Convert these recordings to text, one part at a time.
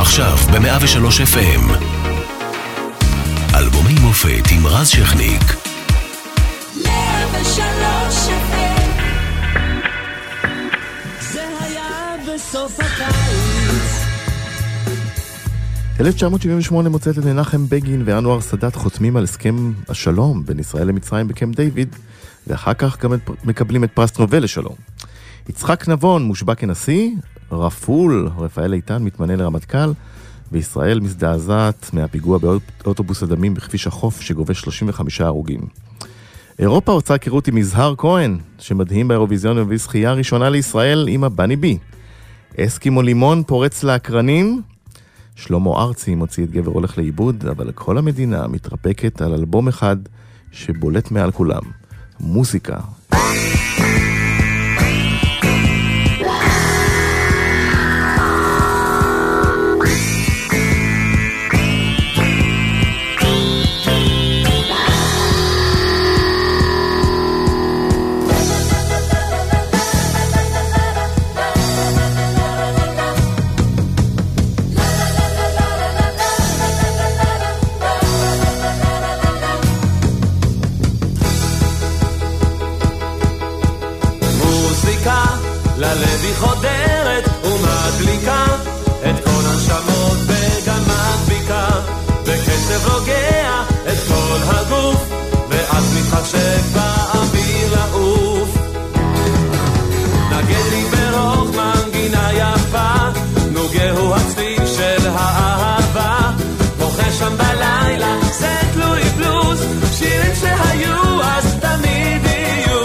עכשיו ב-103 FM. אלבומי מופת עם רז שכניק. 103 FM. זה היה בסוף הקיץ. 1978 מוצאת את מנחם בגין ואנואר סאדאת חותמים על הסכם השלום בין ישראל למצרים בקמפ דיוויד, ואחר כך גם מקבלים את פרס נובל לשלום. יצחק נבון מושבע כנשיא, רפאל איתן מתמנה לרמטכ"ל, וישראל מזדעזעת מהפיגוע באוטובוס הדמים בכביש החוף שגובה 35 הרוגים. אירופה רוצה היכרות עם יזהר כהן, שמדהים באירוויזיון ומביא זכייה ראשונה לישראל עם הבני בי. אסקימו לימון פורץ לאקרנים, שלמה ארצי מוציא את גבר הולך לאיבוד, אבל כל המדינה מתרפקת על אלבום אחד שבולט מעל כולם, מוזיקה. ללב חודרת ומדליקה את כל הנשמות וגם מדביקה בקצב רוגע את כל הגוף ואז מתחשק באוויר לעוף. נגן לי ברוך מנגינה יפה, נוגהו הצליל של האהבה, בוכה שם בלילה זה תלוי בלוז, שירים שהיו אז תמיד יהיו.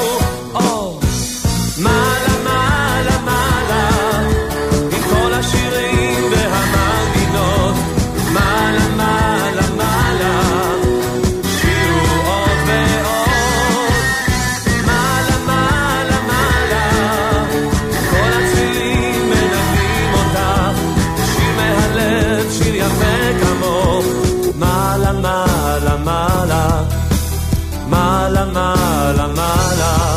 מעלה מעלה מעלה עם כל השירים והמנגינות, מעלה מעלה מעלה שירו עוד ועוד, מעלה מעלה מעלה כל הצלילים מנגנים אותך, שיר מהלב, שיר יפה כמוך, מעלה מעלה מעלה מעלה מעלה מעלה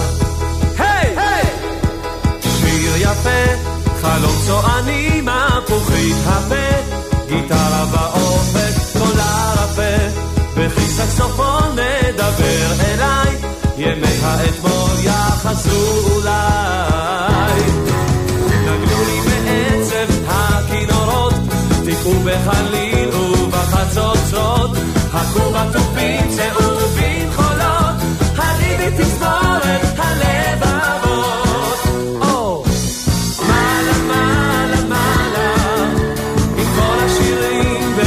יפה, חלום צועני מהפוכית הפה, גיטרה באופק, קולה רפה, וכי סקסופון מדבר אליי, ימי האתמול יחזרו אולי. נגנו לי בעצב הכינורות, תיקעו בחליל ובחצוצרות, הקו בטופים צהובים חולות, הריבי תזמורת הלבבות. מעלה מעלה מעלה עם כל השירים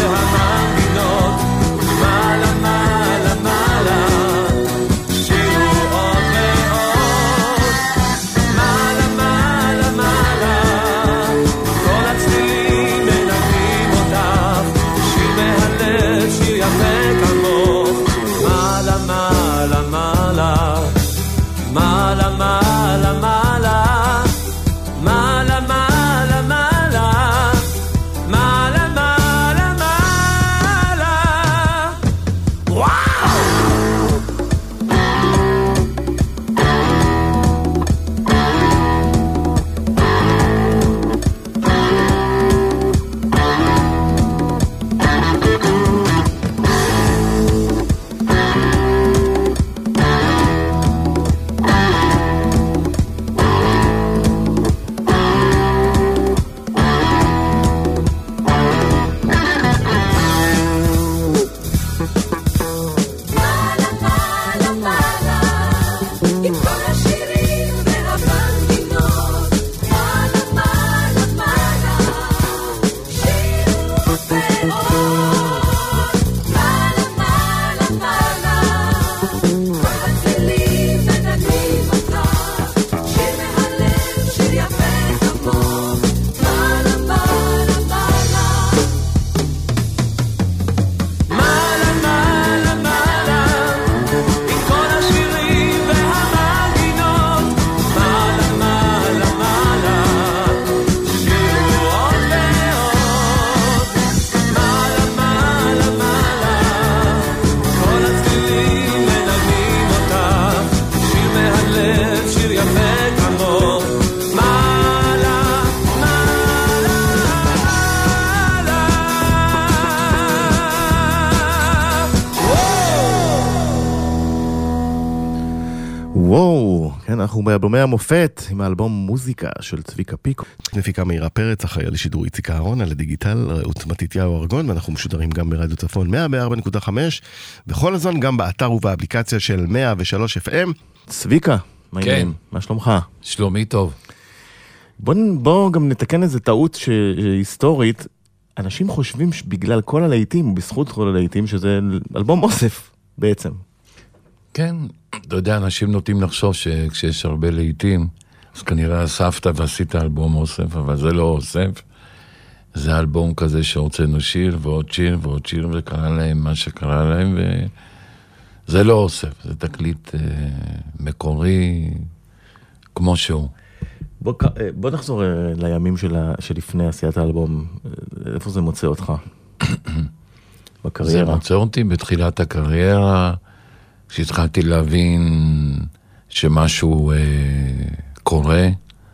כן, אנחנו באלבומי המופת עם האלבום מוזיקה של צביקה פיקו. מפיקה מאירה פרץ, אחראי על שידור איציק אהרון, על הדיגיטל רעות מתתיהו ארגון, ואנחנו משודרים גם ברדיו צפון 104.5, וכל הזמן גם באתר ובאפליקציה של 103 FM. צביקה, מה העניינים? מה שלומך? שלומי טוב. בוא גם נתקן איזו טעות היסטורית. אנשים חושבים שבגלל כל הלהיטים, ובזכות כל הלהיטים, שזה אלבום אוסף בעצם. כן, אתה יודע, אנשים נוטים לחשוב שכשיש הרבה להיטים, אז כנראה אספת ועשית אלבום אוסף, אבל זה לא אוסף. זה אלבום כזה שהוצאנו שיר ועוד שיר ועוד שיר, וקרה להם מה שקרה להם, וזה לא אוסף, זה תקליט מקורי כמו שהוא. בוא נחזור לימים שלפני עשיית האלבום. איפה זה מוצא אותך? בקריירה. זה מוצא אותי בתחילת הקריירה, כשהתחלתי להבין שמשהו קורה.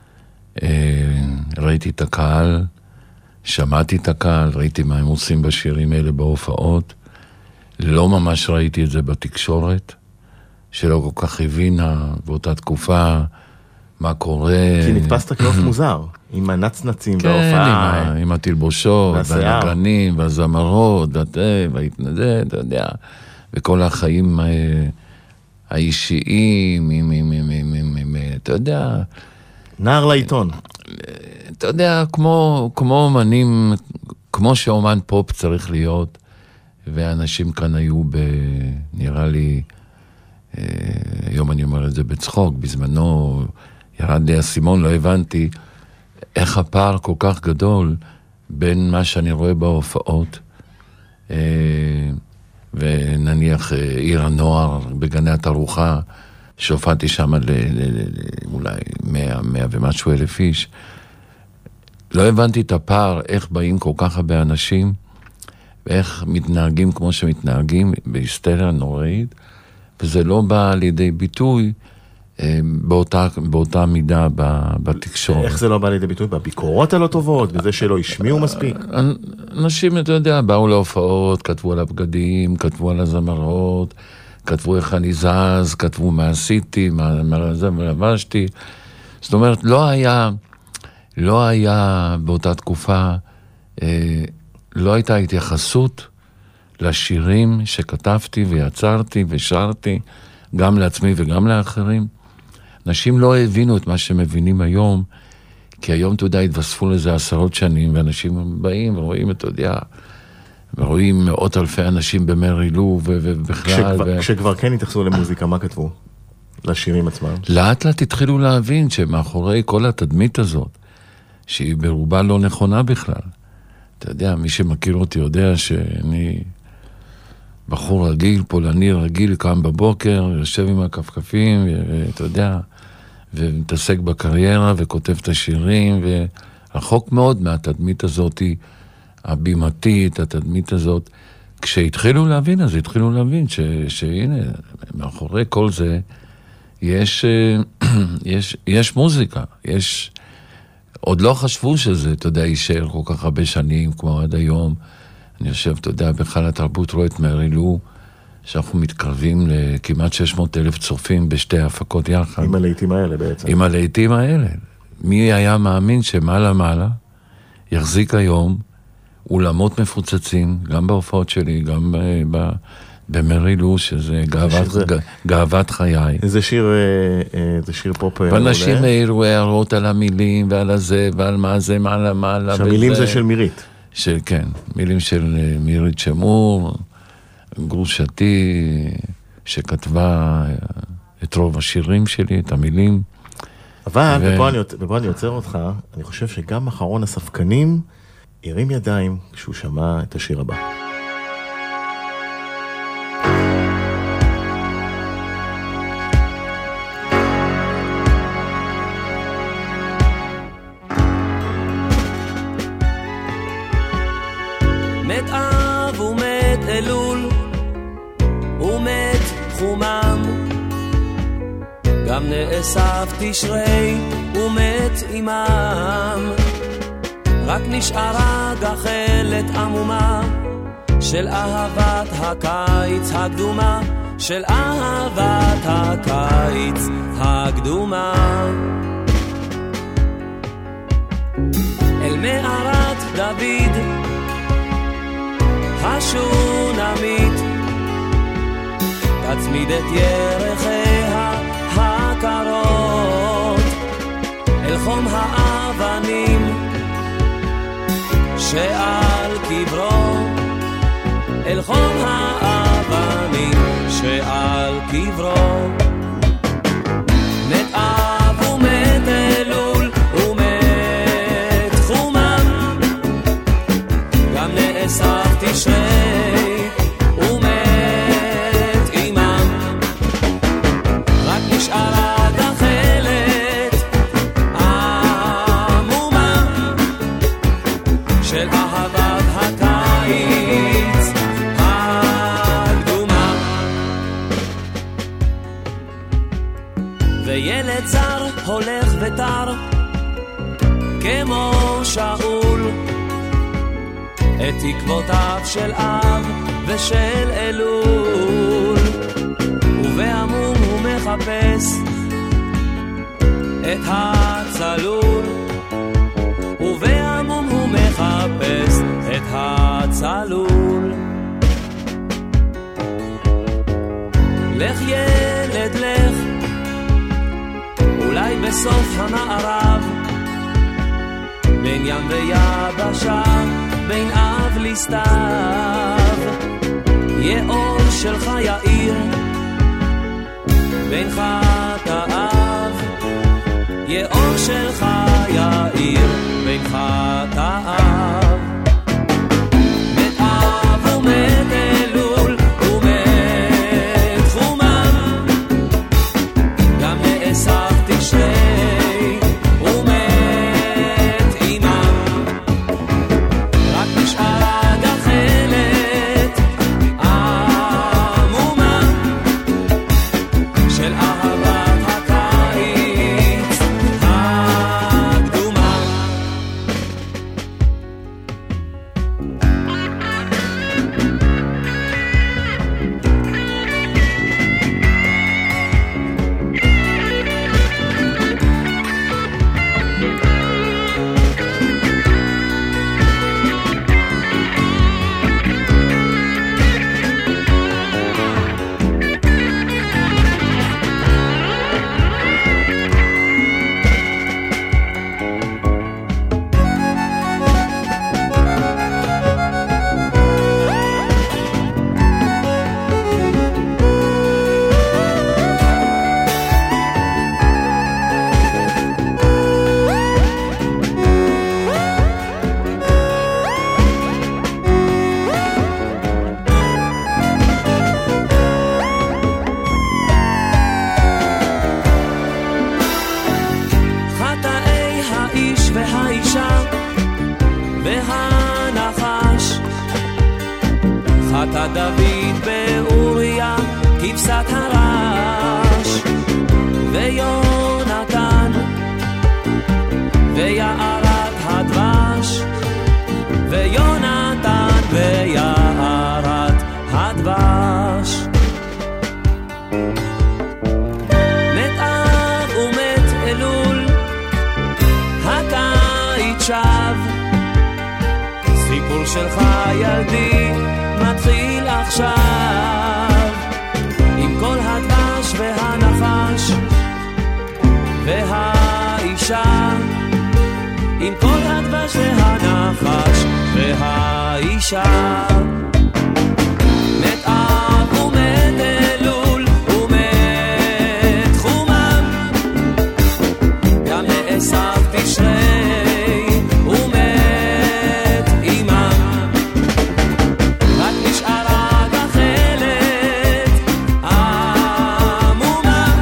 ראיתי את הקהל, שמעתי את הקהל, ראיתי מה הם עושים בשירים האלה בהופעות. לא ממש ראיתי את זה בתקשורת, שלא כל כך הבינה באותה תקופה מה קורה. כי נתפסת כאוף מוזר, עם הנצנצים כן, וההופעה. עם התלבושות, והנגנים, והזמרות, וההתנדד, אתה יודע, וכל החיים האישיים, אתה יודע. נער לעיתון. אתה יודע, כמו אומנים, כמו שאומן פופ צריך להיות, ואנשים כאן היו נראה לי, היום אני אומר את זה בצחוק, בזמנו ירד לי הסימון, לא הבנתי איך הפער כל כך גדול בין מה שאני רואה בהופעות, ונניח עיר הנוער בגני התערוכה, שהופעתי שם אולי 100 ומשהו אלף איש. לא הבנתי את הפער, איך באים כל כך הרבה אנשים, ואיך מתנהגים כמו שמתנהגים בהיסטריה נוראית, וזה לא בא לידי ביטוי באותה מידה בתקשורת. איך זה לא בא לידי ביטוי? בביקורות הלא טובות, בזה שלא השמיעו מספיק? אנשים, אתה יודע, באו להופעות, כתבו על הבגדים, כתבו על הזמרות, כתבו איך אני זז, כתבו מה עשיתי, מה לבשתי. זאת אומרת, לא היה באותה תקופה, לא הייתה התייחסות לשירים שכתבתי ויצרתי ושרתי, גם לעצמי וגם לאחרים. אנשים לא הבינו את מה שמבינים היום, כי היום, אתה יודע, התווספו לזה 10 שנים, ואנשים באים ורואים, אתה יודע, ורואים מאות אלפי אנשים במרי לו ובכלל. כשכבר כן התייחסו למוזיקה, מה כתבו? לשירים עצמם? לאט לאט התחילו להבין שמאחורי כל התדמית הזאת, שהיא ברובה לא נכונה בכלל. אתה יודע, מי שמכיר אותי יודע שאני בחור רגיל, פולני רגיל, קם בבוקר, יושב עם הכפכפים, ואתה יודע, ומתעסק בקריירה וכותב את השירים, ורחוק מאוד מהתדמית הזאת, הבימתית, התדמית הזאת. כשהתחילו להבין, אז התחילו להבין שהנה, מאחורי כל זה, יש מוזיקה, עוד לא חשבו שזה, אתה יודע, יישאר כל כך הרבה שנים, כמו עד היום. אני חושב, אתה יודע, בכלל התרבות רואה את מרי לו, שאנחנו מתקרבים לכמעט 600,000 צופים בשתי הפקות יחד. עם הלהיטים האלה בעצם. עם הלהיטים האלה. מי היה מאמין שמעלה יחזיק היום אולמות מפוצצים, גם בהופעות שלי, גם במרי לו, שזה גאוות חיי. זה שיר פופ. ואנשים העירו הערות על המילים ועל הזה ועל מה זה, מעלה. שהמילים זה של מירית. כן, מילים של מירית שמור, גרושתי, שכתבה את רוב השירים שלי, את המילים. אבל, ופה אני עוצר אותך, אני חושב שגם אחרון הספקנים הרים ידיים כשהוא שמע את השיר הבא. מת אב ומת אלול ומת חומם, גם נאסף תשרי ומת אימם, רק נשארה גחלת עמומה של אהבת הקיץ הקדומה, של אהבת הקיץ הקדומה. אל מערת דוד השונמית תצמיד את ירחיה הקרות אל חום האבנים שעל קברו, אל חום האבנים שעל קברו. מת אב ומת אלול ומת חומם, גם נאסף תשרי ומת אימם. רק נשארה גחלת עמומה של אהבת הקיץ הקדומה. וילד זר הולך ותר כמו שאול את תקוותיו של אב ושל אלול, ובעמום הוא מחפש את הצלול, ובעמום הוא מחפש את הצלול. לך ילד לך, אולי בסוף המערב, בין ים ויבשה, בין אב לסתיו, יהיה אור שלך יאיר, בין חטאיו, יהיה אור שלך יאיר, בין חטאיו. מת אב ומת אלול ומת חומם, גם נאסף תשרי ומת אימם. רק נשארה גחלת עמומה של אהבת הקיץ הקדומה. חטאי האיש והאישה והנחש, חטא דוד באוריה כבשת הרש, ויונתן ויערת הדבש, ויונתן ויערת הדבש. מת אב ומת אלול, הקיץ שב, סיפור שלך ילדי מתחיל עכשיו, עם כל הדבש והנחש והאישה, עם כל הדבש והנחש והאישה. מת אב ומת אלול ומת חומם, גם נאסף תשרי ומת אימם. רק נשארה גחלת עמומה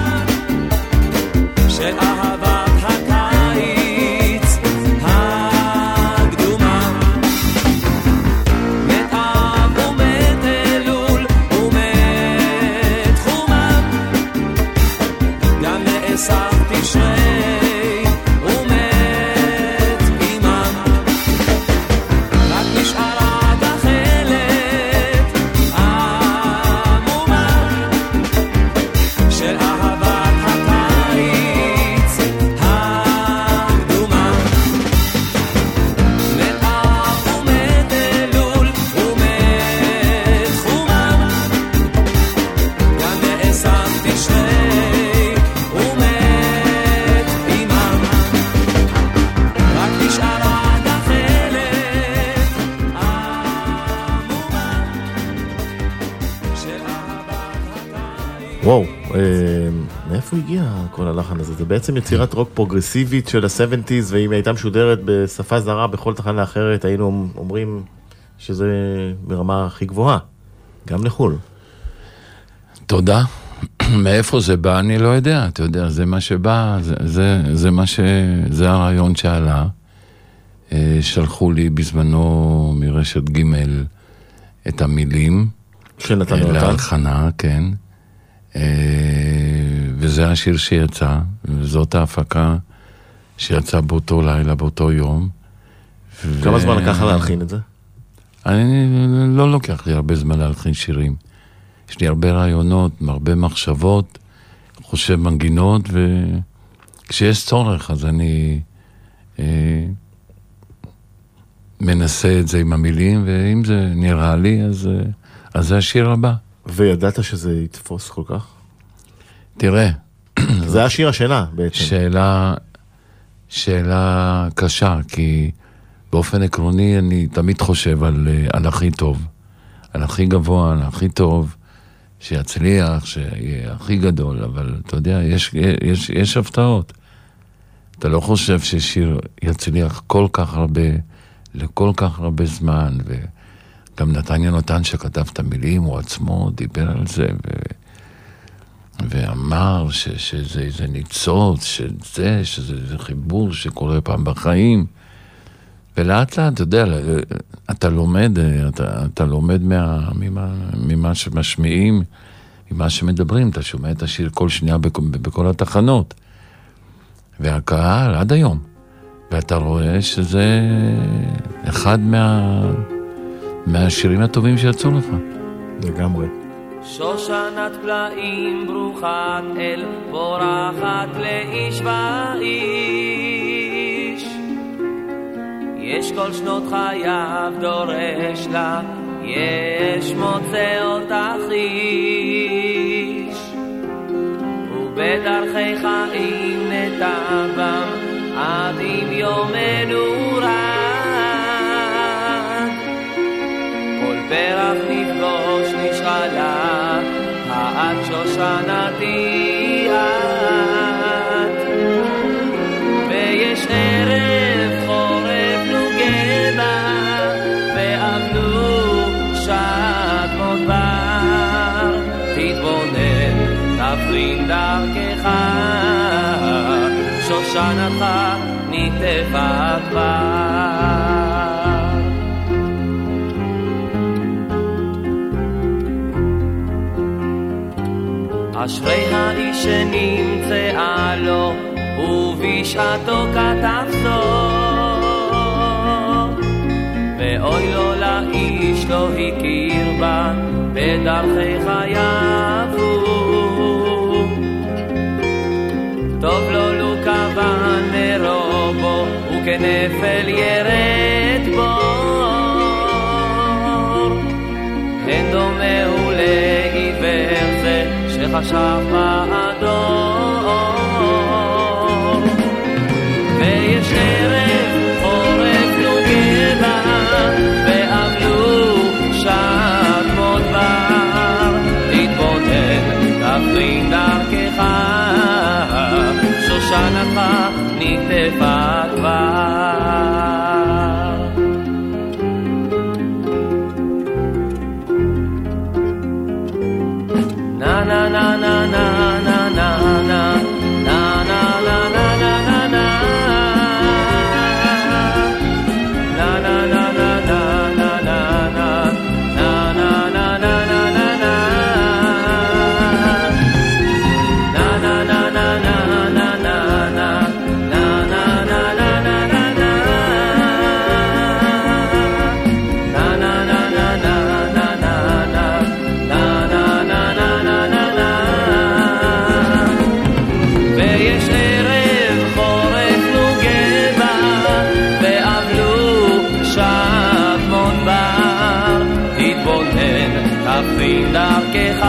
של אהבת הקיץ הקדומה. מת אב ומת אלול ומת וואו, מאיפה הגיע כל הלחן הזה? זה בעצם יצירת רוק פרוגרסיבית של ה-70s, ואם הייתה משודרת בשפה זרה בכל תחנה אחרת, היינו אומרים שזה ברמה הכי גבוהה, גם לחול. תודה. מאיפה זה בא? אני לא יודע. אתה יודע, זה מה שבא, זה הרעיון שעלה. שלחו לי בזמנו מרשת ג' את המילים. שנתנו אותם. להלחנה, כן. וזה השיר שיצא, וזאת ההפקה שיצא באותו לילה, באותו יום. כמה זמן לקח להלחין את זה? אני לא לוקח לי הרבה זמן להלחין שירים. יש לי הרבה רעיונות, הרבה מחשבות, חושב מנגינות, וכשיש צורך אז אני מנסה את זה עם המילים, ואם זה נראה לי, אז זה השיר הבא. וידעת שזה יתפוס כל כך? תראה. זה השיר השינה בעצם. שאלה קשה, כי באופן עקרוני אני תמיד חושב על הכי טוב, על הכי גבוה, על הכי טוב, שיצליח, שיהיה הכי גדול, אבל אתה יודע, יש הפתעות. אתה לא חושב ששיר יצליח כל כך הרבה, לכל כך הרבה זמן, וגם נתניה נותן שכתב את המילים, הוא עצמו דיבר על זה, ואמר שזה ניצוץ, שזה חיבור שקורה פעם בחיים, ולאט לאט, אתה יודע, אתה לומד ממה שמשמיעים, ממה שמדברים, אתה שומע את השיר כל שנייה בכל התחנות, והקהל עד היום, ואתה רואה שזה אחד מהשירים הטובים שיצאו לך. לגמרי. שושנת פלאים ברוכת אל בורחת לאיש ואיש, יש כל שנות חייו דורש לה, יש מוצא אותך איש, ובדרכי חיים נטבם עד עם יומנו רק, כל פרח נפגוש נשאלה, את שושנתי את, ויש ערב חורף נוגבה, ואבלו שעת מודבר, תתבונן, תפרין דרכך, שושנתך נטפה כבר. אשרי האיש שנמצאה לו, ובשעתו כתב זאת, ואוי לו לאיש לא הכיר בה, בדרכי חייו טוב לו לו כוון מרובו, וכנפל ירד בור, אין דומה הוא לעיוור זה, שחשב באדור, ויש ערב חורף נוגבה, ואבלו שעת מודבר, תתבונן, תפרין דרכך, שושנתך נטפה כבר. Na na na na na na na na na na na na na na na na na na דרכך,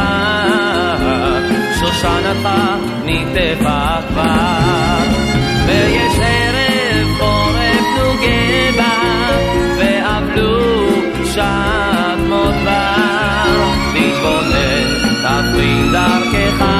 שושנתך נטפה כבר, ויש ערב חורף נוגבה, ואבלו שעת מודבר, תתבונן, תפרין דרכך,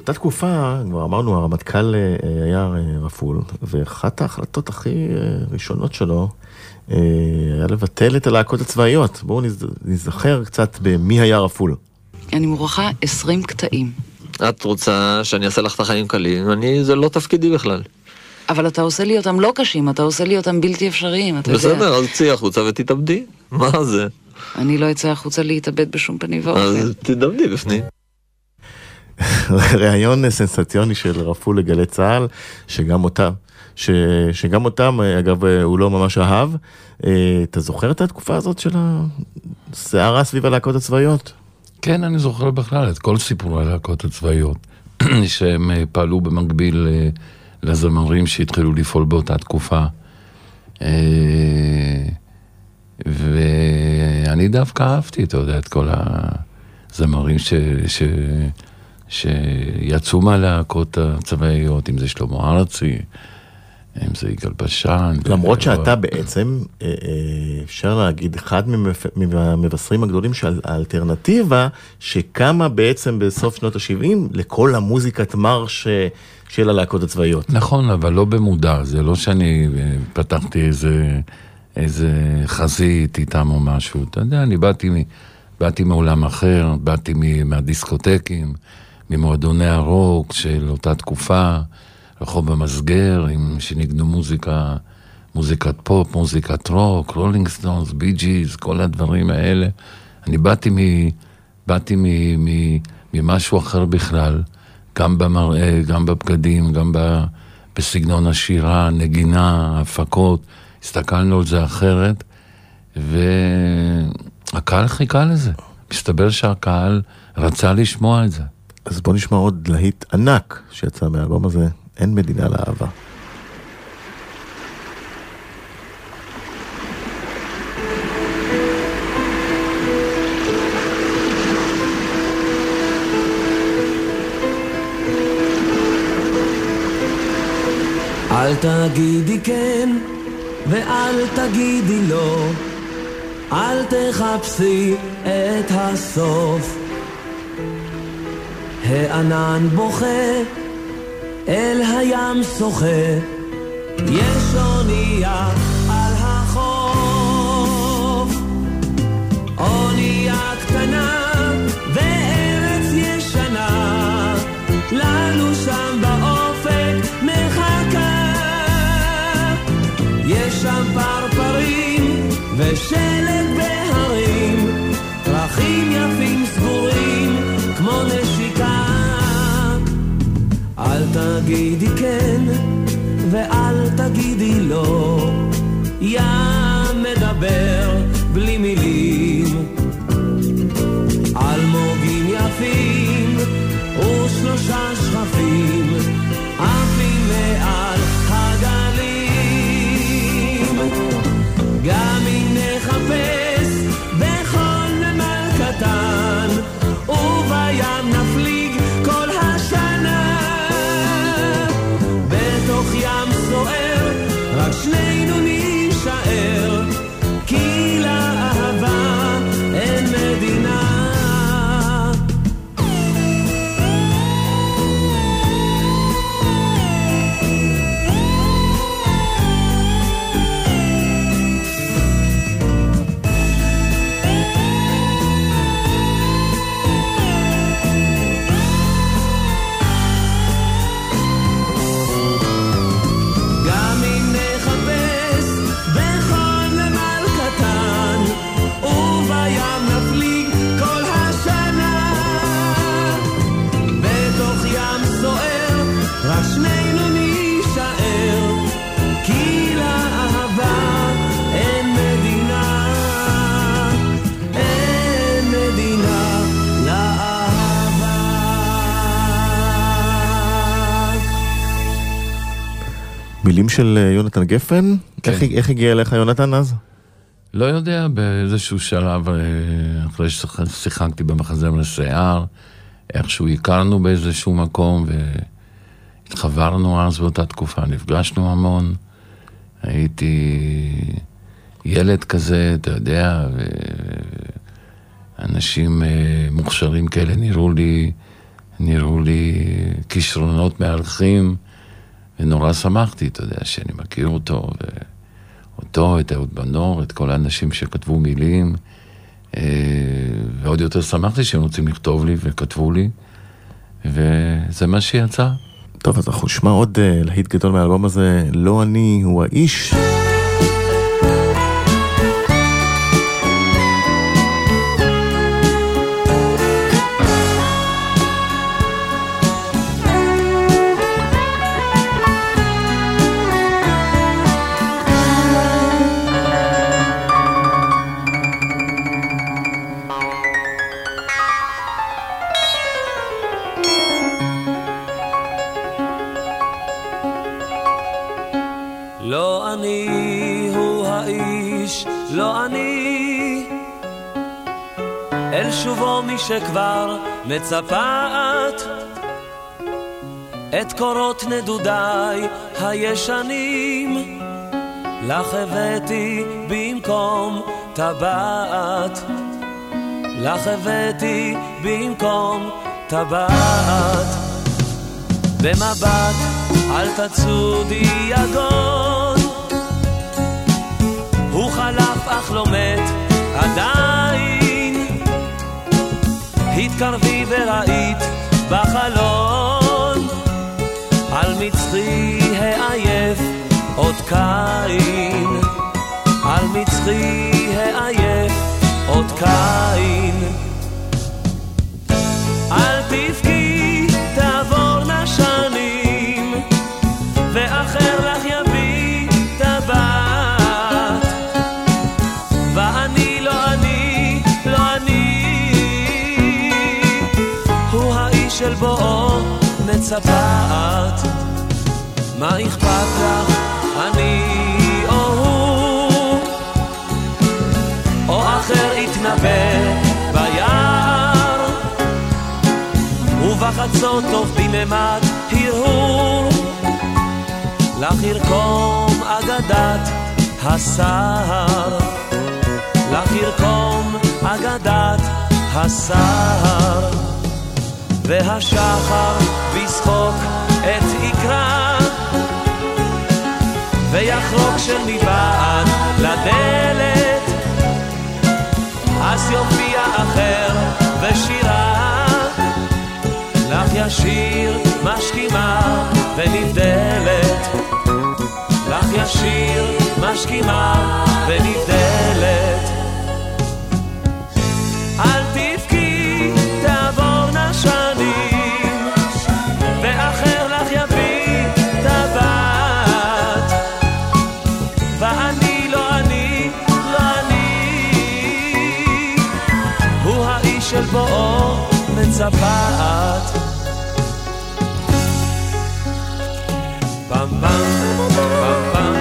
באותה תקופה, כבר אמרנו, הרמטכ"ל היה רפול, ואחת ההחלטות הכי ראשונות שלו, היה לבטל את הלהקות הצבאיות. בואו נזכר קצת במי היה רפול. אני מוכרחה 20 קטעים. את רוצה שאני אעשה לך את החיים קלים? זה לא תפקידי בכלל. אבל אתה עושה לי אותם לא קשים, אתה עושה לי אותם בלתי אפשריים, אתה יודע. בסדר, אז צאי החוצה ותתאבדי. מה זה? אני לא אצא החוצה להתאבד בשום פנים ואופן. אז תתאבדי בפנים. ראיון סנסציוני של רפול לגלי צהל, שגם אותם, אגב, הוא לא ממש אהב. אתה זוכר את התקופה הזאת של הסערה סביב הלהקות הצבאיות? כן, אני זוכר בכלל את כל סיפורי הלהקות הצבאיות, שהם פעלו במקביל לזמרים שהתחילו לפעול באותה תקופה. ואני דווקא אהבתי, אתה יודע, את כל הזמרים שיצאו מהלהקות הצבאיות, אם זה שלמה ארצי, אם זה יגאל בשן. למרות שאתה בעצם, אפשר להגיד, אחד מהמבשרים הגדולים של האלטרנטיבה, שקמה בעצם בסוף שנות ה-70 לכל המוזיקת מרש של הלהקות הצבאיות. נכון, אבל לא במודע, זה לא שאני פתחתי איזה חזית איתם או משהו. אתה יודע, אני באתי מעולם אחר, באתי מהדיסקוטקים, ממועדוני הרוק של אותה תקופה, רחוב במסגר, שנגנו מוזיקת פופ, מוזיקת רוק, רולינג סטונס, בי ג'יז, כל הדברים האלה. אני באתי ממשהו אחר בכלל, גם במראה, גם בבגדים, גם בסגנון השירה, נגינה, הפקות. הסתכלנו על זה אחרת, והקהל חיכה לזה. מסתבר שהקהל רצה לשמוע את זה. אז בוא נשמע עוד להיט ענק שיצא מהאלבום הזה, אין מדינה לאהבה. אל תגידי כן ואל תגידי לא, אל תחפשי את הסוף. הענן בוכה אל הים שוחה, יש אונייה על החוף, אונייה קטנה וארץ ישנה, לנו שם באופק מחכה. יש שם פרפרים ושלג בהרים, פרחים יפים סגורים כמו נשיקה. אל תגידי כן ואל תגידי לא, ים מדבר בלי מילים, אלמוגים יפים ושלושה שכפים עפים מעל הגלים. גם אם נחפש בכל נמל קטן ובים נפליג כל השנה, בתוך ים סוער רק שנינו נשאר, כי לאהבה אין מדינה. מילים של יונתן גפן? כן. איך הגיע אליך יונתן אז? לא יודע, באיזשהו שלב, אחרי ששיחקתי במחזמר לשיער, איכשהו הכרנו באיזשהו מקום, והתחברנו אז באותה תקופה, נפגשנו המון, הייתי ילד כזה, אתה יודע, ואנשים מוכשרים כאלה נראו לי כישרונות מהלכים, ונורא שמחתי, אתה יודע, שאני מכיר אותו, ואותו, את אהוד בנור, את כל האנשים שכתבו מילים, ועוד יותר שמחתי שהם רוצים לכתוב לי וכתבו לי, וזה מה שיצא. טוב, אז אנחנו נשמע עוד להיט גדול מהאלבום הזה, לא אני הוא האיש. לא אני הוא האיש, לא אני אל שובו מי שכבר מצפת את קורות נדודיי הישנים לך הבאתי במקום טבעת לך הבאתי במקום טבעת במבט אל תצודי יגון הוא חלף אך לא מת עדיין התקרבי וראית בחלון על מצחי העייף עוד קין על מצחי העייף עוד קין אל תבכי תעבורנה שנים ואחר לך יביא טבעת ואני לא אני לא אני הוא האיש של בואו מצפת מה אכפת לך אני או הוא או אחר יתנבא ביער ובחצות טוב בממת הרהור לך ירקום אגדת הסהר לך ירקום אגדת הסהר והשחר בשחוק את יקרה ויחרוק של מבעד לדלת אז יופיע אחר ושירה לך ישיר משכימה ונבדלת לך ישיר משכימה ונבדלת אל תבכי תעבורנה שנים ואחר לך יביא טבעת ואני לא אני לא אני הוא האיש של בואו מצפת פם פם פם פם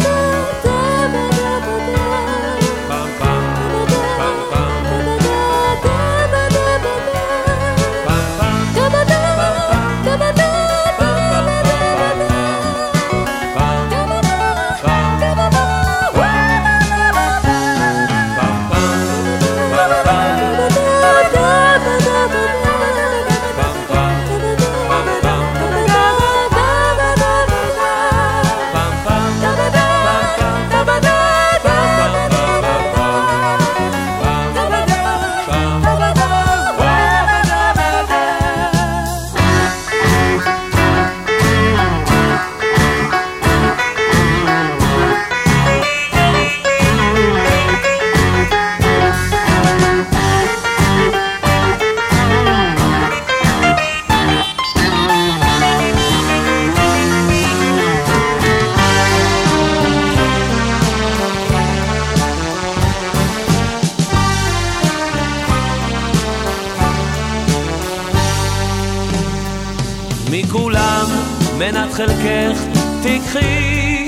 מכולם מנת חלקך תקחי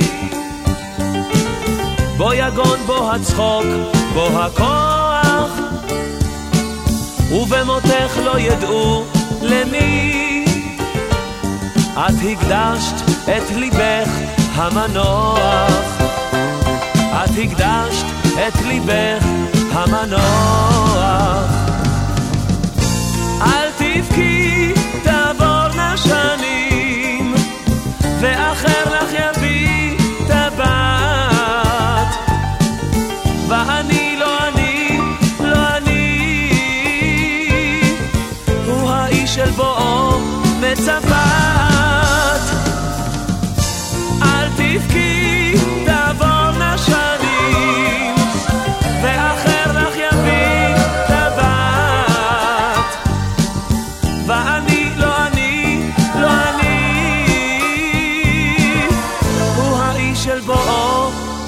בו יגון בו הצחוק בו הכוח ובמותך לא ידעו למי את הקדשת את ליבך המנוח את הקדשת את ליבך המנוח אל תבכי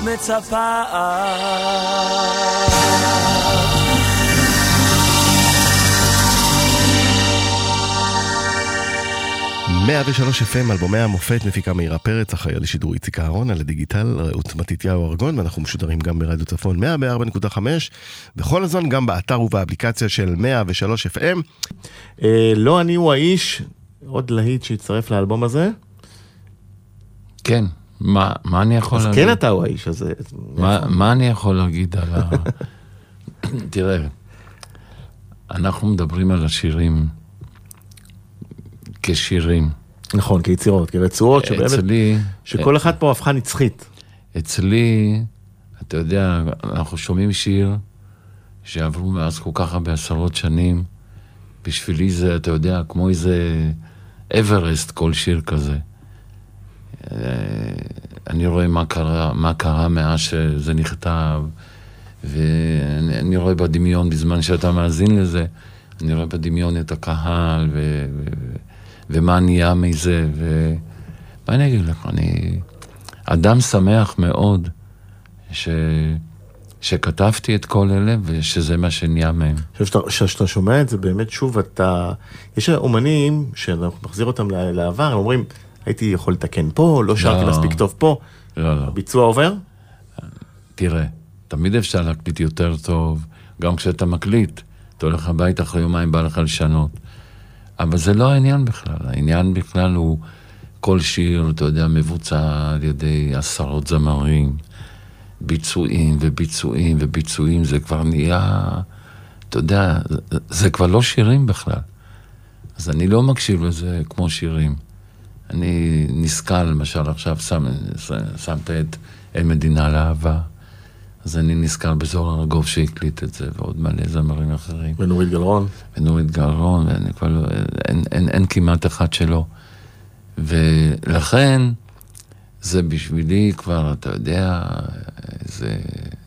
מצפה. 103 FM, אלבומי המופת, מפיקה מאירה פרץ, אחראי לשידור איציק אהרון, על הדיגיטל, רעות מתתיהו ארגון, ואנחנו משודרים גם ברדיו צפון 104.5, בכל הזמן גם באתר ובאפליקציה של 103 FM. לא אני הוא האיש, עוד להיט שהצטרף לאלבום הזה. כן, מה אני יכול להגיד? אז כן אתה הוא האיש הזה. מה אני יכול להגיד על תראה, אנחנו מדברים על השירים כשירים. נכון, כיצירות, כרצועות, שבאמת, שכל אחד פה הפכה נצחית. אצלי, אתה יודע, אנחנו שומעים שיר שעברו מאז כל כך הרבה עשרות שנים, בשבילי זה, אתה יודע, כמו איזה אברסט, כל שיר כזה. אני רואה מה קרה מאז שזה נכתב, ואני רואה בדמיון, בזמן שאתה מאזין לזה, אני רואה בדמיון את הקהל, ומה נהיה מזה, מה אני אגיד לך, אני אדם שמח מאוד שכתבתי את כל אלה, ושזה מה שנהיה מהם. כשאתה שומע את זה, באמת שוב, יש אומנים שאנחנו מחזיר אותם לעבר, הם אומרים, הייתי יכול לתקן פה, לא שרתי מספיק טוב פה, הביצוע עובר? תראה, תמיד אפשר להקליט יותר טוב, גם כשאתה מקליט, אתה הולך הביתה אחרי יומיים, בא לך לשנות. אבל זה לא העניין בכלל. העניין בכלל הוא כל שיר, אתה יודע, מבוצע על ידי עשרות זמרים, ביצועים וביצועים וביצועים, זה כבר נהיה, אתה יודע, זה כבר לא שירים בכלל. אז אני לא מקשיב לזה כמו שירים. אני נזכר, למשל, עכשיו שמת את אין מדינה לאהבה, אז אני נזכר בזוהר ארגוב שהקליט את זה, ועוד מלא זמרים אחרים. ונורית גלרון. ונורית גלרון, ואני כבר לא, אין כמעט אחד שלו. ולכן, זה בשבילי כבר, אתה יודע, זה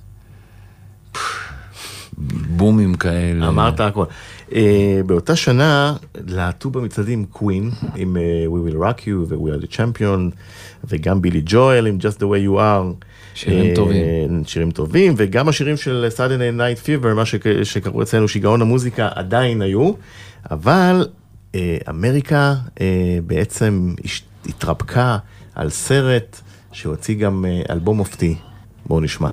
בומים כאלה. אמרת הכל. באותה שנה, להטו במצעדים קווין, עם We Will Rock You, ו-We Are The Champion, וגם בילי ג'ואל, עם Just The Way You Are. שירים טובים. שירים טובים, וגם השירים של Saturday Night Fever, מה שקראו אצלנו שיגעון המוזיקה, עדיין היו, אבל אמריקה בעצם התרפקה על סרט שהוציא גם אלבום מופתי. בואו נשמע.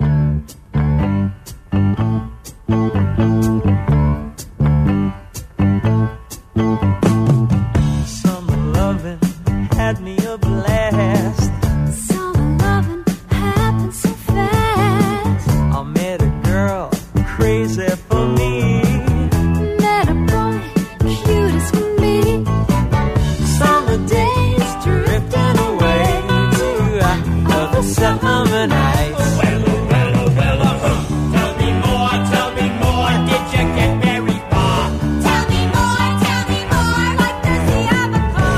Summer loving had me a blast. Summer loving happened so fast. I met a girl crazy for me. Met a boy cute as can be. Summer days drifting away to other summer nights. Tell me more, did you get very far? Tell me more, like does he have a car?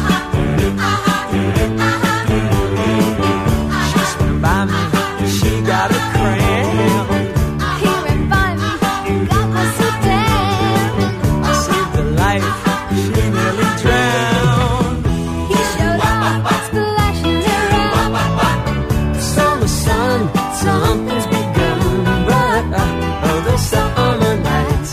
She stood by me, she got a cramp. He ran by me, got my seat down. I saved her life, she nearly drowned. He showed up, splashing around. Summer sun, something's begun, but the summer nights.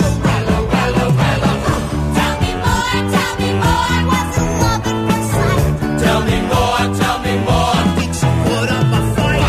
Tell me more, what's the love at first sight? Tell me more, think she put up a fight.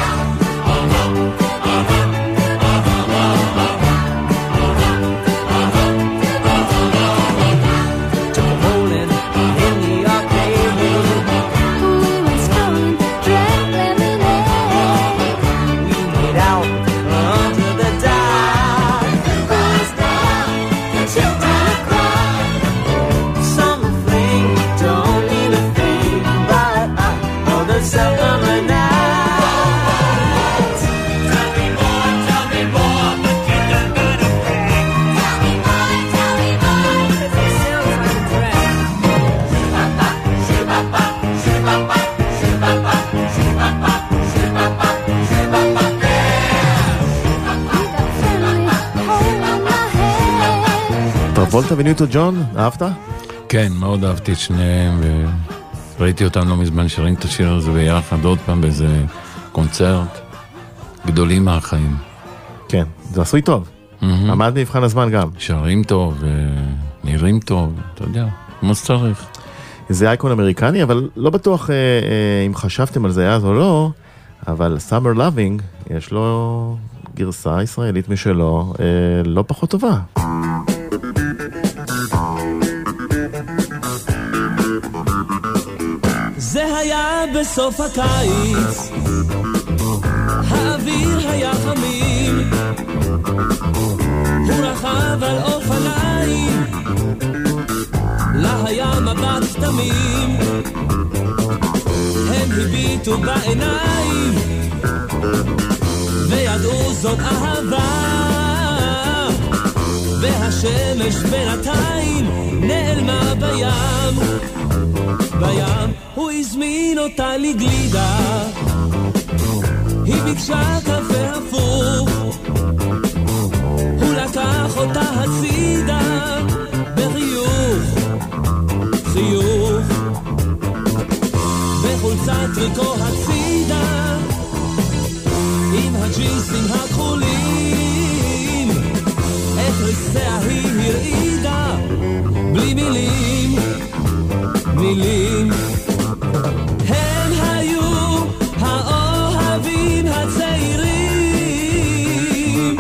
Took a bowling in the arcade. We went strolling, drank lemonade. We made out under the dark. Boys down, the children cry. Summer fling don't mean a thing, but the summer nights. Tell me more, but you don't gotta brag. Tell me more, It sounds like a drag. you got friendly hole in my head. טרבולטה וניוטו ג'ון, אהבת? כן, מאוד אהבתי את שניהם, וראיתי אותם לא מזמן שרים את השיר הזה ביחד עוד פעם באיזה קונצרט. גדולים מהחיים. כן, זה עשוי טוב. עמד מבחן הזמן גם. שרים טוב, נראים טוב, אתה יודע, כמו שצריך. זה אייקון אמריקני, אבל לא בטוח אם חשבתם על זה אז או לא, אבל Summer Loving, יש לו גרסה ישראלית משלו, לא פחות טובה. זה היה בסוף הקיץ, האוויר היה חמים, הוא רכב על אופניים, לה היה מבט תמים, הם הביטו בעיניים, וידעו זאת אהבה, והשמש בינתיים נעלמה בים. בים הוא הזמין אותה לגלידה, היא ביקשה קפה הפוך, הוא לקח אותה הצידה בחיוך, חיוך, בחולצת טריקו הצידה, עם הג'ינסים הכחולים, את ריסיה היא הרעידה, בלי מילים, מילים. הם היו האוהבים הצעירים,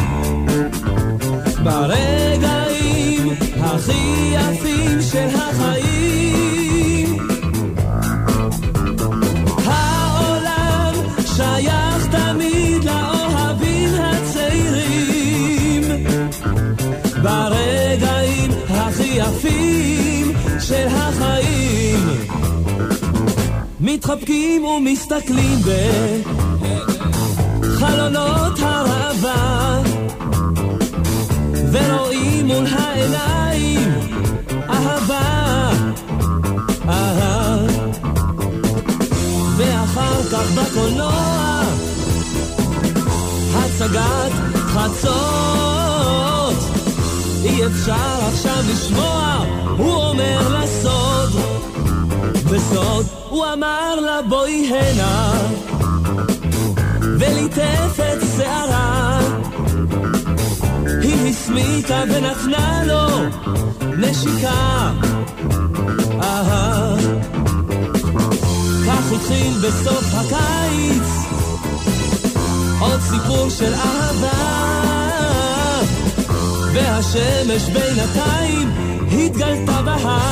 ברגעים הכי יפים של החיים. העולם שייך תמיד לאוהבים הצעירים, ברגעים הכי יפים של החיים. מתחבקים ומסתכלים בחלונות הרבה, ורואים מול העיניים אהבה, ואחר כך בקולנוע הצגת חצות, אי אפשר עכשיו לשמוע, הוא אומר לסוד, בסוד הוא אמר לה בואי הנה, וליטף את שערה, היא הסמיקה ונתנה לו נשיקה, כך התחיל בסוף הקיץ עוד סיפור של אהבה, והשמש בינתיים התגלתה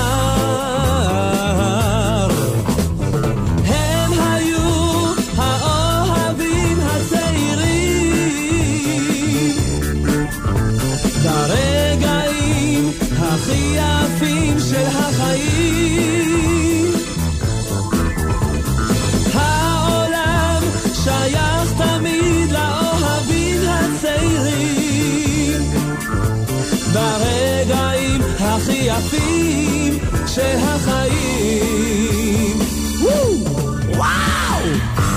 בהר. הם היו האוהבים הצעירים, ברגעים הכי יפים של החיים. העולם שייך תמיד לאוהבים הצעירים, ברגעים הכי יפים של החיים. וואו!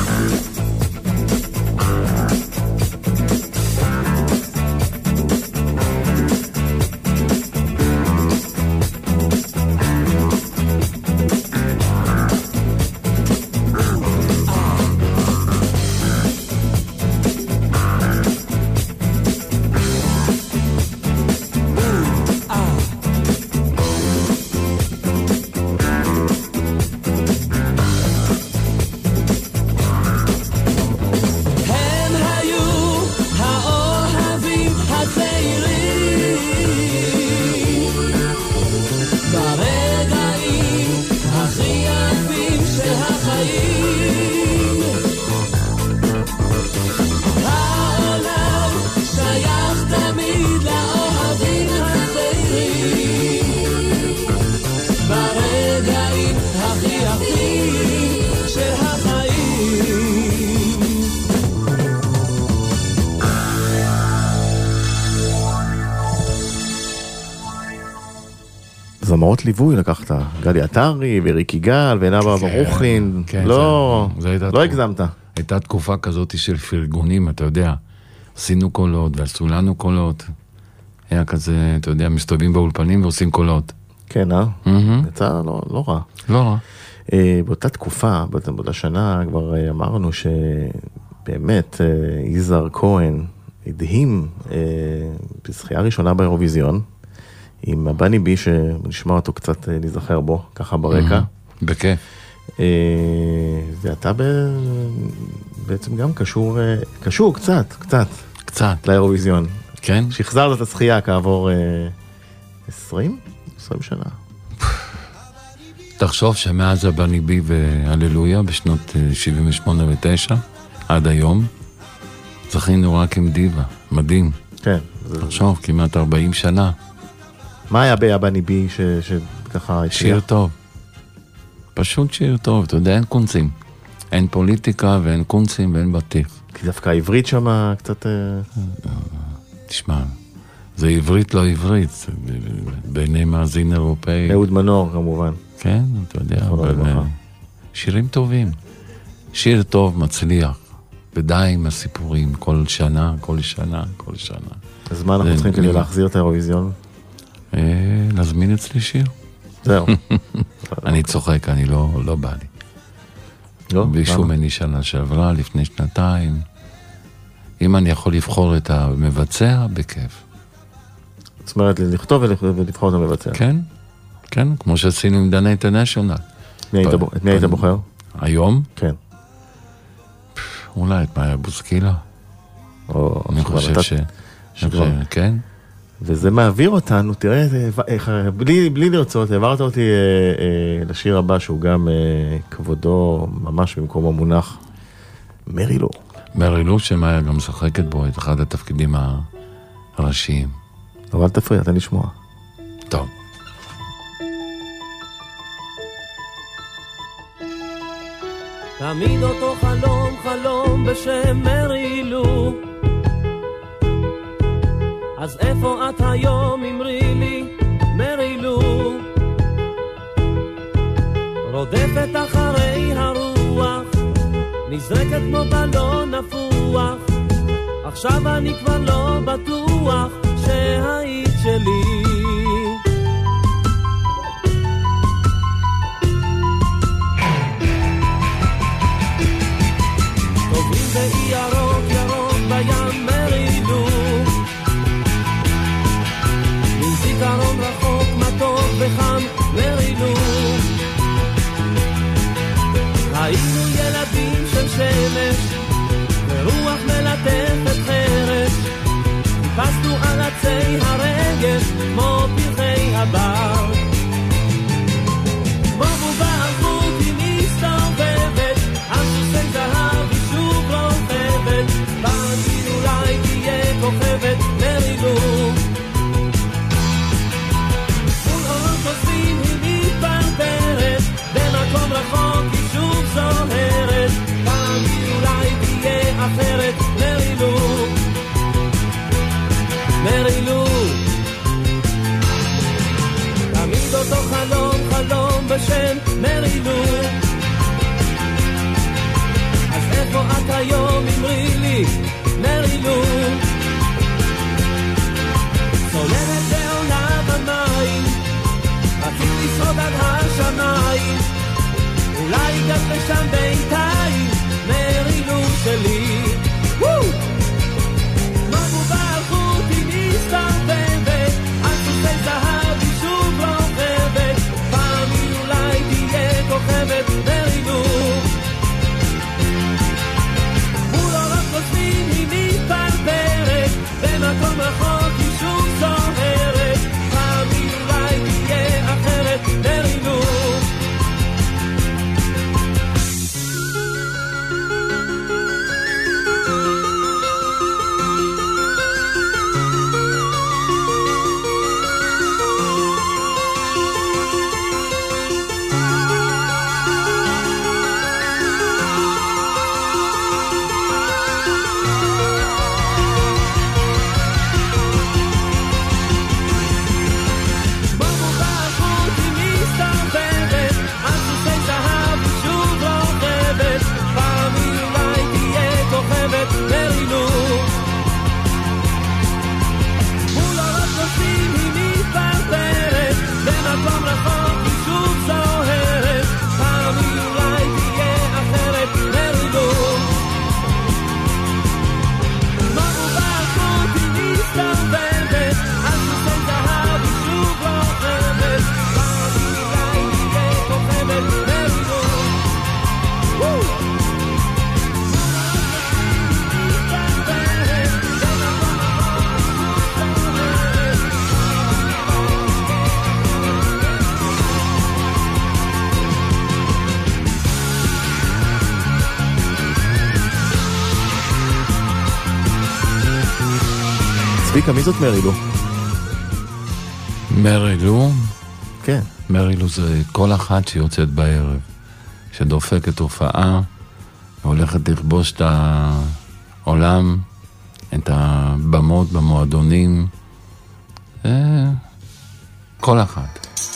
זמרות ליווי לקחת, גדי עטרי וריקי גל ונאווה ברוכין, לא הגזמת. הייתה תקופה כזאת של פרגונים, אתה יודע, עשינו קולות ועשו לנו קולות, היה כזה, אתה יודע, מסתובבים באולפנים ועושים קולות. כן, יצא לא רע. לא רע. באותה תקופה, באותה שנה, כבר אמרנו באמת, יזהר כהן הדהים בזכייה ראשונה באירוויזיון, עם הבני בי שנשמע אותו קצת להיזכר בו, ככה ברקע. בכיף. ואתה בעצם גם קשור קצת לאירוויזיון. כן? שחזרת את הזכייה כעבור 20 שנה. תחשוב שמאז הבני בי והללויה בשנות 78 ו-9 עד היום זכינו רק עם דיבה, מדהים. כן. תחשוב, כמעט 40 שנה. מה היה בהבני בי שככה... שיר טוב. פשוט שיר טוב, אתה יודע, אין קונצים. אין פוליטיקה ואין קונצים ואין בטיח. כי דווקא העברית שם קצת... תשמע, זה עברית לא עברית, בעיני מאזין אירופאי. אהוד מנור כמובן. כן, אתה יודע, שירים טובים. שיר טוב מצליח, ודי עם הסיפורים, כל שנה. אז מה אנחנו צריכים כדי להחזיר את האירוויזיון? להזמין אצלי שיר. זהו. אני צוחק, אני לא בא לי. לא? ביקשו ממני שנה שעברה, לפני שנתיים. אם אני יכול לבחור את המבצע, בכיף. זאת אומרת, לכתוב ולבחור את המבצע. כן, כמו שעשינו עם דנה אינטרנשיונל. את מי היית בוחר? היום? כן. אולי את מאיה בוסקילה. אני חושב כן. וזה מעביר אותנו, תראה, בלי לרצות, העברת אותי לשיר הבא, שהוא גם כבודו ממש במקום המונח, מרי לו. מרי לו, שמאיה גם משחקת בו את אחד התפקידים הראשיים. אבל תפריע, תן לשמוע. טוב. תמיד אותו חלום בשם מרי לו, אז איפה את היום אמרי לי מרי לו, רודפת אחרי הרוח, נזרקת כמו בלון נפוח, עכשיו אני כבר לא בטוח שהיית שלי. טובים באי ירוק ירוק בים מרי לו, זיכרון רחוק מתוק וחם מרי לו, היינו ילדים של שמש ורוח מלטפת חרש, חיפשנו על צביקה, מי זאת מרילו? מרילו? כן. מרילו זה כל אחת שיוצאת בערב, שדופקת הופעה, והולכת לכבוש את העולם, את הבמות במועדונים, כל אחת.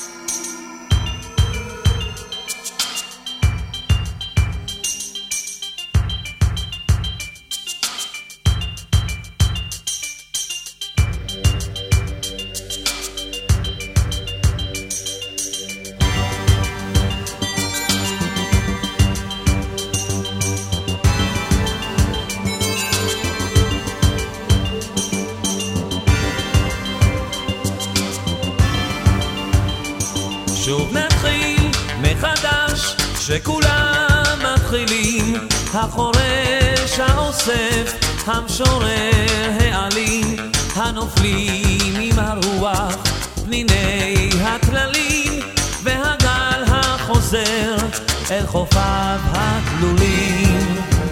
שכולם מתחילים, החורש האוסף, המשורר העלים, הנופלים עם הרוח, פניני הכללים, והגל החוזר אל חופיו הכלולים.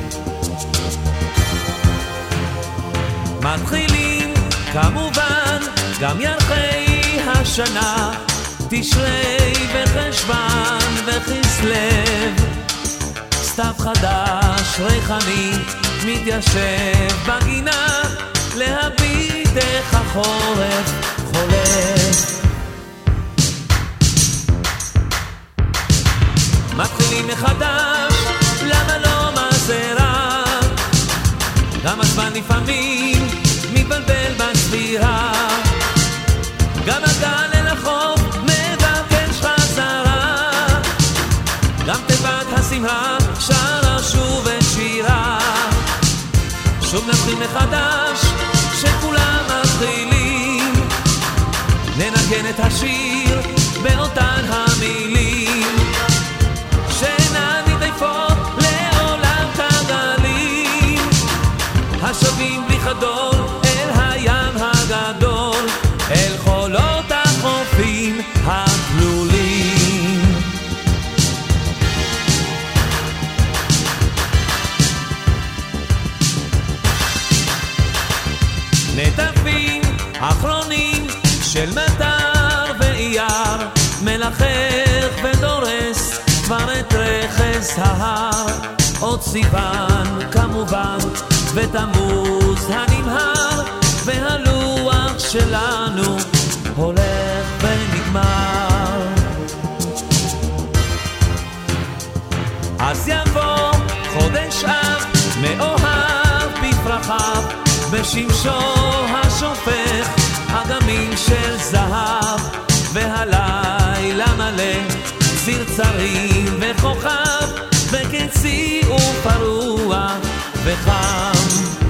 מתחילים כמובן גם ירחי השנה, תשרי וחשבן וכסלב, סתיו חדש ריחני מתיישב בגינה, להביט איך החורף חולף. מתחילים מחדש, למה לא מזרה, גם הזמן לפעמים מתבלבל בספירה, גם הגל אל החוף גם תיבת השמחה שרה שוב את שירה, שוב נתחיל מחדש שכולם מתחילים, ננגן את השיר באותן המילים, שנענית איפות לעולם כגלים, השבים בלי חדול אל הים הגדול, אל חולות החופים הכלולים. נטפים אחרונים של מטר ואייר, מלחך ודורס כבר את רכס ההר, עוד סיוון כמובן ותמוז הנמהר, והלוח שלנו הולך ונגמר. אז יבוא חודש אב מאוהב בפרחיו, בשמשו השופך אגמים של זהב, והלילה מלא צרצרים וכוכב, וקצי ופרוע וחם.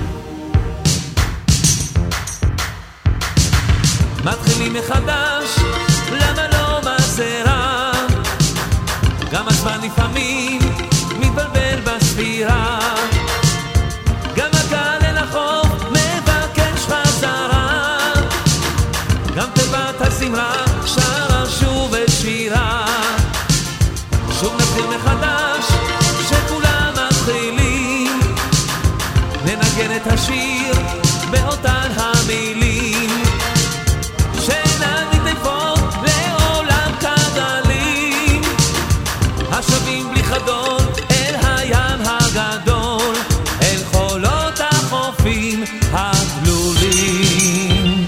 מתחילים מחדש, למה לא מזרה, גם הזמן לפעמים מתבלבל בספירה, גם הגל אל החוף מבקש חזרה, גם תיבת השמחה שרה שוב את שירה, שוב נתחיל מחדש שכולם מתחילים, ננגן את השיר באותן המילים, שנענית איפות לעולם כגלים, השבים בלי חדול אל הים הגדול, אל חולות החופים הכלולים.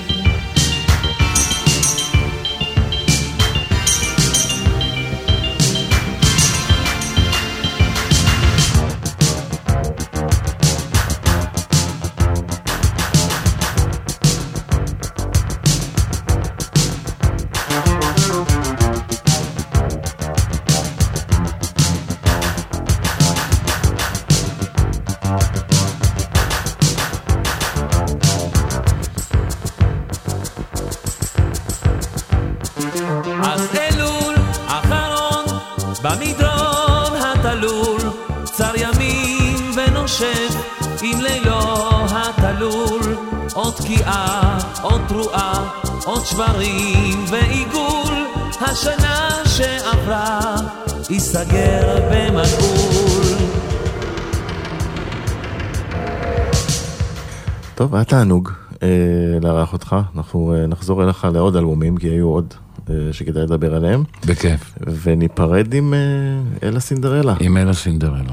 אז אלול אחרון במדרון התלול, צר ימים ונושף עם לילו התלול, עוד תקיעה, עוד תרועה, עוד שברים ועיגול, השנה שעברה ייסגר במלעול. טוב, היה תענוג. לארח אותך. אנחנו נחזור אליך לעוד אלבומים, כי היו עוד שכדאי לדבר עליהם. בכיף. וניפרד עם אלה סינדרלה. עם אלה סינדרלה.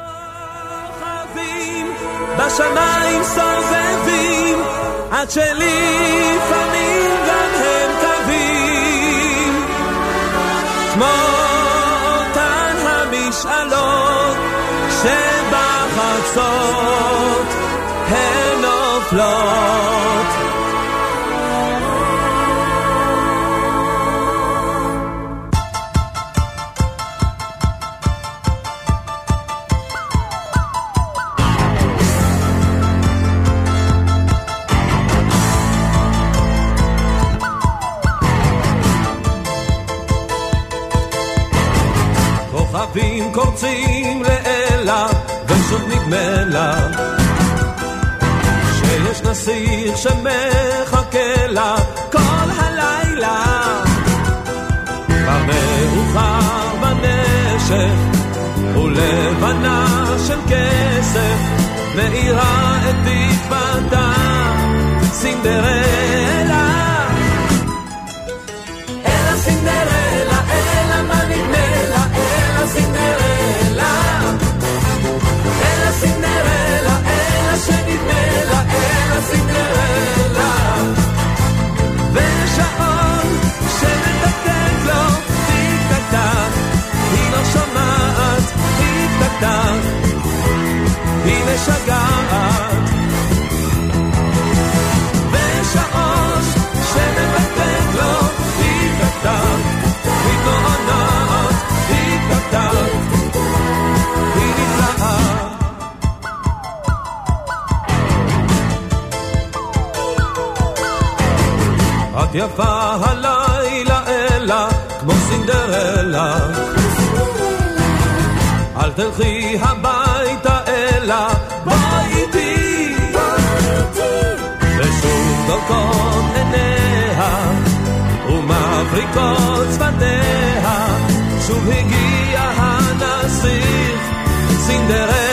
כוכבים בשמיים סובבים, עד שלפעמים גם הם קווים, כמו אותן המשאלות שבחצות הן נופלות. כוכבים קורצים לאלה ושוב נדמה לה שיש נסיך שמחכה לה כל הלילה. כבר מאוחר בנשך ולבנה של כסף מאירה את תקוותה סינדרלה. אלה סינדרלה, אלה מה נדמה לה, אלה סינדרלה, אלה סינדרלה, אלה שנדמה לה, אלה סינדרלה. ושעון שמתקתק לו טיק טק טק, היא לא שומעת טיק טק טק, היא משגעת. ושעון שמתקתק לו טיק טק טק, היא לא עונת טיק טק טק, היא נפלאה. את יפה הלילה אלה כמו סינדרלה, אל תלכי הביתה אלה בואי איתי. ושוב דולקות עיניה ומבריקות שפתיה, שוב הגיע הנסיך סינדרלה.